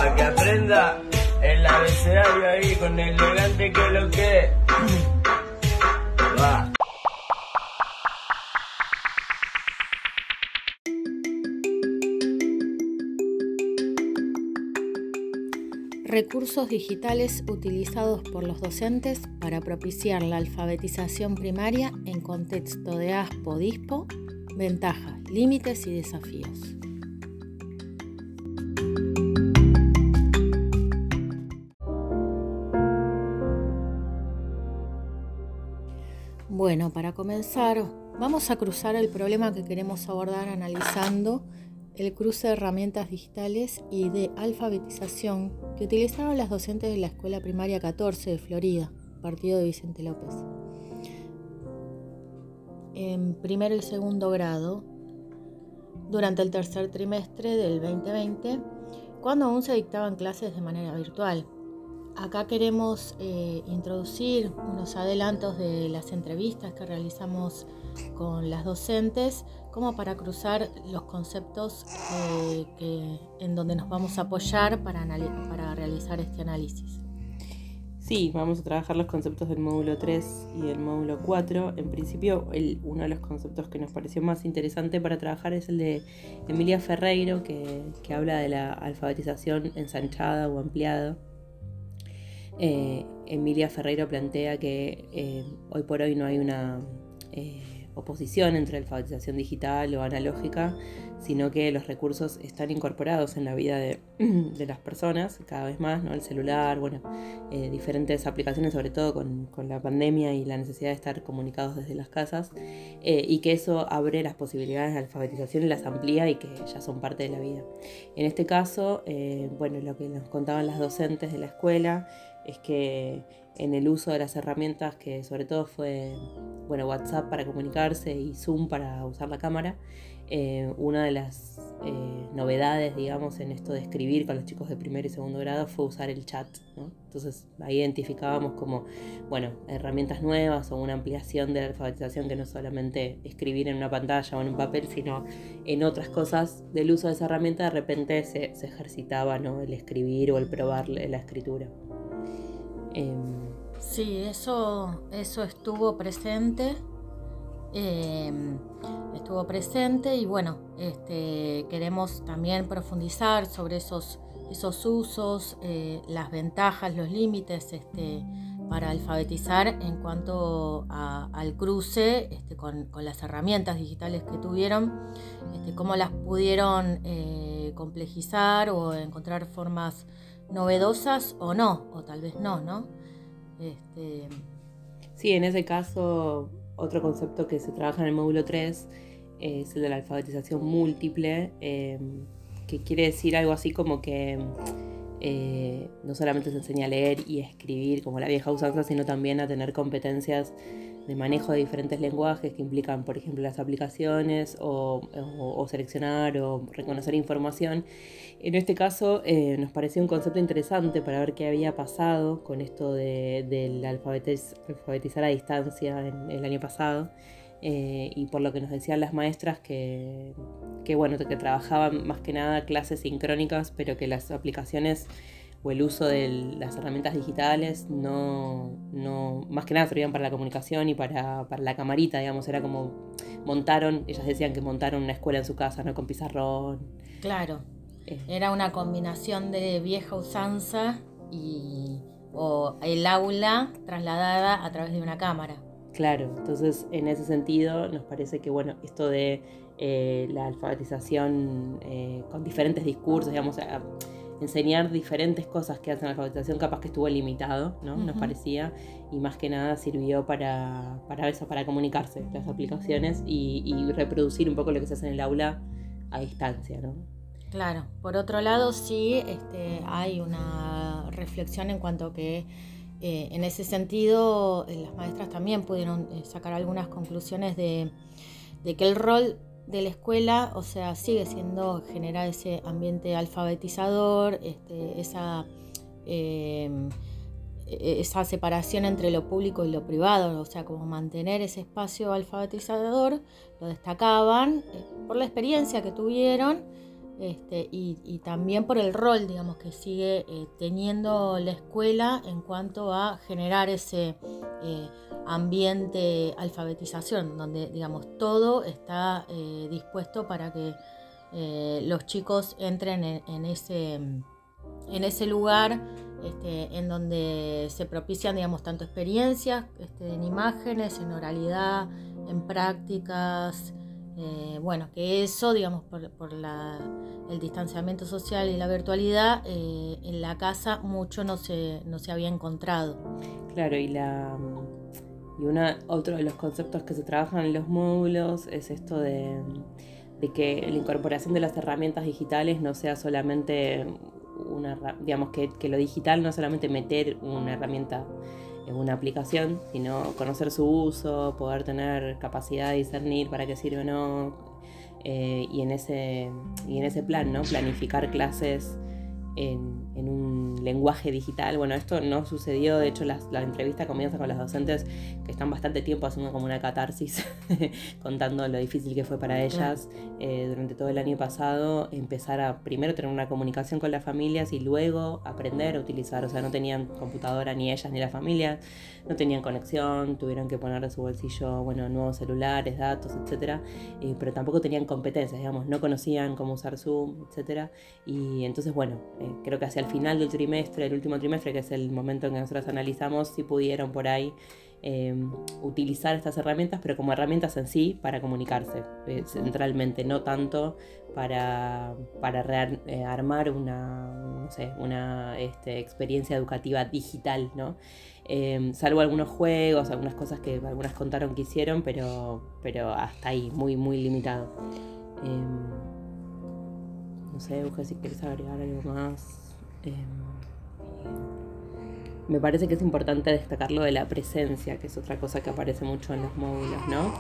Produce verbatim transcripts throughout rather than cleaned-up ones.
para que aprenda el abecedario ahí con el elegante que lo que va. Recursos digitales utilizados por los docentes para propiciar la alfabetización primaria en contexto de ASPO-DISPO, ventajas, límites y desafíos. Bueno, para comenzar, vamos a cruzar el problema que queremos abordar analizando el cruce de herramientas digitales y de alfabetización que utilizaron las docentes de la Escuela Primaria catorce de Florida, partido de Vicente López. En primero y segundo grado, durante el tercer trimestre del veinte veinte, cuando aún se dictaban clases de manera virtual. Acá queremos eh, introducir unos adelantos de las entrevistas que realizamos con las docentes, como para cruzar los conceptos eh, que, en donde nos vamos a apoyar para, anali- para realizar este análisis. Sí, vamos a trabajar los conceptos del módulo tres y del módulo cuatro. En principio, el, uno de los conceptos que nos pareció más interesante para trabajar es el de Emilia Ferreiro, que, que habla de la alfabetización ensanchada o ampliada. Eh, Emilia Ferreiro plantea que eh, hoy por hoy no hay una eh, oposición entre alfabetización digital o analógica, sino que los recursos están incorporados en la vida de, de las personas cada vez más, ¿no? El celular, bueno, eh, diferentes aplicaciones, sobre todo con, con la pandemia y la necesidad de estar comunicados desde las casas, eh, y que eso abre las posibilidades de alfabetización y las amplía y que ya son parte de la vida. En este caso, eh, bueno, lo que nos contaban las docentes de la escuela es que en el uso de las herramientas, que sobre todo fue bueno, WhatsApp para comunicarse y Zoom para usar la cámara, eh, una de las eh, novedades, digamos, en esto de escribir con los chicos de primer y segundo grado fue usar el chat, ¿no? Entonces ahí identificábamos como, bueno, herramientas nuevas o una ampliación de la alfabetización, que no solamente escribir en una pantalla o en un papel, sino en otras cosas del uso de esa herramienta. De repente se, se ejercitaba, ¿no? El escribir o el probar la escritura. Eh, Sí, eso, eso estuvo presente, eh, estuvo presente y bueno, este, queremos también profundizar sobre esos, esos usos, eh, las ventajas, los límites este, para alfabetizar en cuanto a, al cruce este, con, con las herramientas digitales que tuvieron, este, cómo las pudieron eh, complejizar o encontrar formas novedosas o no, o tal vez no, ¿no? Este... Sí, en ese caso, otro concepto que se trabaja en el módulo tres es el de la alfabetización múltiple, eh, que quiere decir algo así como que eh, no solamente se enseña a leer y a escribir como la vieja usanza, sino también a tener competencias de manejo de diferentes lenguajes que implican, por ejemplo, las aplicaciones o, o, o seleccionar o reconocer información. En este caso eh, nos pareció un concepto interesante para ver qué había pasado con esto de, de la alfabetiz, alfabetizar a distancia en, el año pasado, eh, y por lo que nos decían las maestras que, que, bueno, que trabajaban más que nada clases sincrónicas, pero que las aplicaciones o el uso de las herramientas digitales no, no más que nada servían para la comunicación y para, para la camarita, digamos. Era como montaron, ellas decían que montaron una escuela en su casa, ¿no? Con pizarrón. Claro, eh. Era una combinación de vieja usanza y o el aula trasladada a través de una cámara. Claro, entonces en ese sentido nos parece que bueno, esto de eh, la alfabetización eh, con diferentes discursos, digamos, a, enseñar diferentes cosas que hacen la alfabetización, capaz que estuvo limitado, ¿no? Uh-huh. Nos parecía, y más que nada sirvió para, para eso, para comunicarse las aplicaciones y, y reproducir un poco lo que se hace en el aula a distancia, ¿no? Claro, por otro lado sí este, hay una reflexión en cuanto a que eh, en ese sentido eh, las maestras también pudieron eh, sacar algunas conclusiones de, de que el rol de la escuela, o sea, sigue siendo generar ese ambiente alfabetizador, este, esa, eh, esa separación entre lo público y lo privado, o sea, como mantener ese espacio alfabetizador, lo destacaban eh, por la experiencia que tuvieron este, y, y también por el rol, digamos, que sigue eh, teniendo la escuela en cuanto a generar ese eh, ambiente alfabetización, donde, digamos, todo está eh, dispuesto para que eh, los chicos entren en, en ese, en ese lugar, este, en donde se propician, digamos, tanto experiencias este, en imágenes, en oralidad, en prácticas. Eh, bueno, que eso, digamos, por, por la, el distanciamiento social y la virtualidad, eh, en la casa mucho no se, no se había encontrado. Claro, y la y una, otro de los conceptos que se trabajan en los módulos es esto de, de que la incorporación de las herramientas digitales no sea solamente una, digamos, que, que lo digital no es solamente meter una herramienta en una aplicación, sino conocer su uso, poder tener capacidad de discernir para qué sirve o no, eh, y, en ese, y en ese plan, ¿no? Planificar clases en, en un lenguaje digital. Bueno, esto no sucedió, de hecho las, la entrevista comienza con las docentes que están bastante tiempo haciendo como una catarsis contando lo difícil que fue para ellas eh, durante todo el año pasado empezar a primero tener una comunicación con las familias y luego aprender a utilizar, o sea, no tenían computadora ni ellas ni la familia, no tenían conexión, tuvieron que poner de su bolsillo, bueno, nuevos celulares, datos, etcétera, eh, pero tampoco tenían competencias, digamos, no conocían cómo usar Zoom, etcétera, y entonces, bueno, eh, creo que hacia el final del trimestre, el último trimestre, que es el momento en que nosotros analizamos, si pudieron por ahí eh, utilizar estas herramientas, pero como herramientas en sí para comunicarse, eh, centralmente, no tanto para, para rear, eh, armar una, no sé, una este, experiencia educativa digital, ¿no? Eh, salvo algunos juegos, algunas cosas que algunas contaron que hicieron, pero, pero hasta ahí, muy, muy limitado. Eh, no sé, Euge, si quieres agregar algo más. Eh, me parece que es importante destacar lo de la presencia, que es otra cosa que aparece mucho en los módulos, ¿no?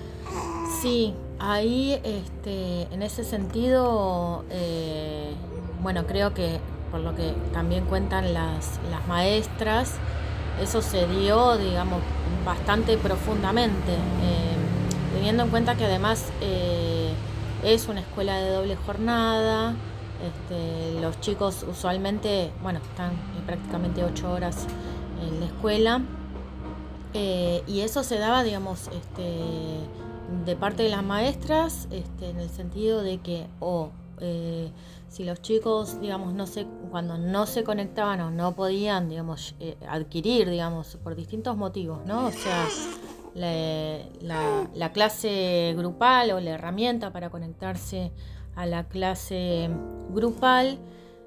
Sí, ahí este, en ese sentido, eh, bueno, creo que por lo que también cuentan las, las maestras, eso se dio, digamos, bastante profundamente, eh, teniendo en cuenta que además eh, es una escuela de doble jornada. Este, los chicos usualmente, bueno, están prácticamente ocho horas en la escuela, eh, y eso se daba, digamos, este, de parte de las maestras, este, en el sentido de que o eh, si los chicos, digamos, no se, cuando no se conectaban o no podían, digamos, eh, adquirir, digamos, por distintos motivos, ¿no? O sea, la, la, la clase grupal o la herramienta para conectarse a la clase grupal,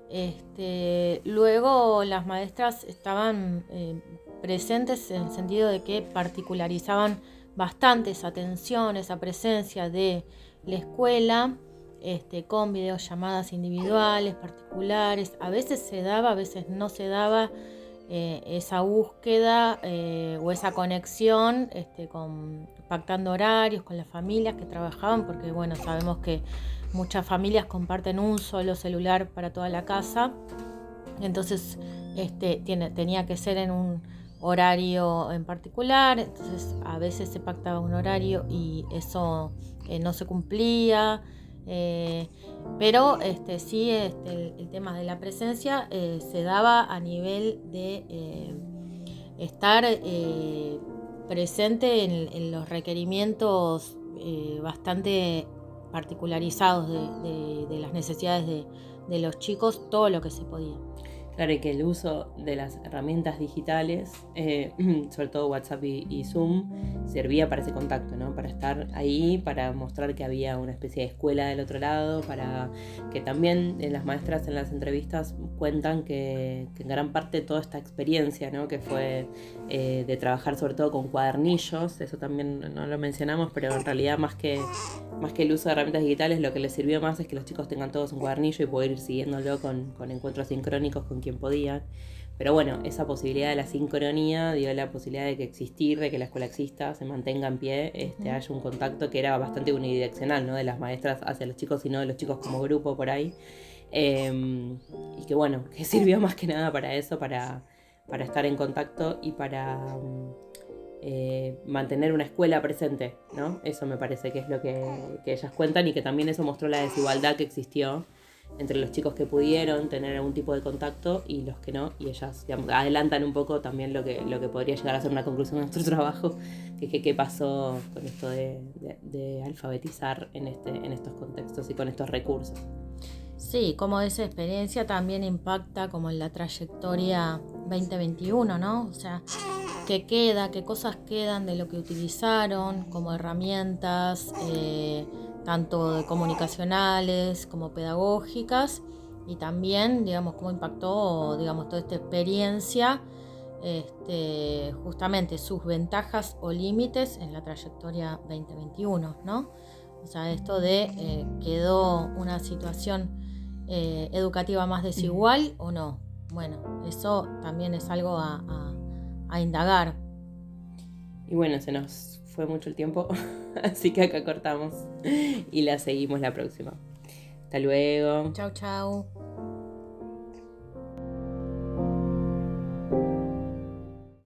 este, luego las maestras estaban eh, presentes en el sentido de que particularizaban bastante esa atención, esa presencia de la escuela, este, con videollamadas individuales, particulares. A veces se daba, a veces no se daba eh, esa búsqueda eh, o esa conexión, este, con, pactando horarios con las familias que trabajaban, porque bueno, sabemos que muchas familias comparten un solo celular para toda la casa, entonces este, tiene, tenía que ser en un horario en particular, entonces a veces se pactaba un horario y eso eh, no se cumplía, eh, pero este, sí este, el, el tema de la presencia eh, se daba a nivel de eh, estar eh, presente en, en los requerimientos eh, bastante particularizados de, de, de las necesidades de, de los chicos, todo lo que se podía. Claro, y que el uso de las herramientas digitales, eh, sobre todo WhatsApp y, y Zoom, servía para ese contacto, ¿no? Para estar ahí, para mostrar que había una especie de escuela del otro lado, para que también eh, las maestras en las entrevistas cuentan que, que en gran parte toda esta experiencia, ¿no? Que fue eh, de trabajar sobre todo con cuadernillos, eso también no lo mencionamos, pero en realidad más que, más que el uso de herramientas digitales, lo que les sirvió más es que los chicos tengan todos un cuadernillo y poder ir siguiéndolo con, con encuentros sincrónicos con quien podían. Pero bueno, esa posibilidad de la sincronía dio la posibilidad de que existir, de que la escuela exista, se mantenga en pie, este, haya un contacto que era bastante unidireccional, ¿no? De las maestras hacia los chicos y no de los chicos como grupo por ahí. Eh, y que bueno, que sirvió más que nada para eso, para, para estar en contacto y para eh, mantener una escuela presente, ¿no? Eso me parece que es lo que, que ellas cuentan y que también eso mostró la desigualdad que existió entre los chicos que pudieron tener algún tipo de contacto y los que no, y ellas, digamos, adelantan un poco también lo que, lo que podría llegar a ser una conclusión de nuestro trabajo, que es que qué pasó con esto de, de, de alfabetizar en, este, en estos contextos y con estos recursos. Sí, como esa experiencia también impacta como en la trayectoria veinte veintiuno, ¿no? O sea, qué queda, qué cosas quedan de lo que utilizaron como herramientas, eh, tanto comunicacionales como pedagógicas, y también, digamos, cómo impactó, digamos, toda esta experiencia, este, justamente sus ventajas o límites en la trayectoria veinte veintiuno, ¿no? O sea, esto de eh, quedó una situación eh, educativa más desigual o no. Bueno, eso también es algo a, a, a indagar. Y bueno, se nos fue mucho el tiempo, así que acá cortamos y la seguimos la próxima. Hasta luego. Chau, chau.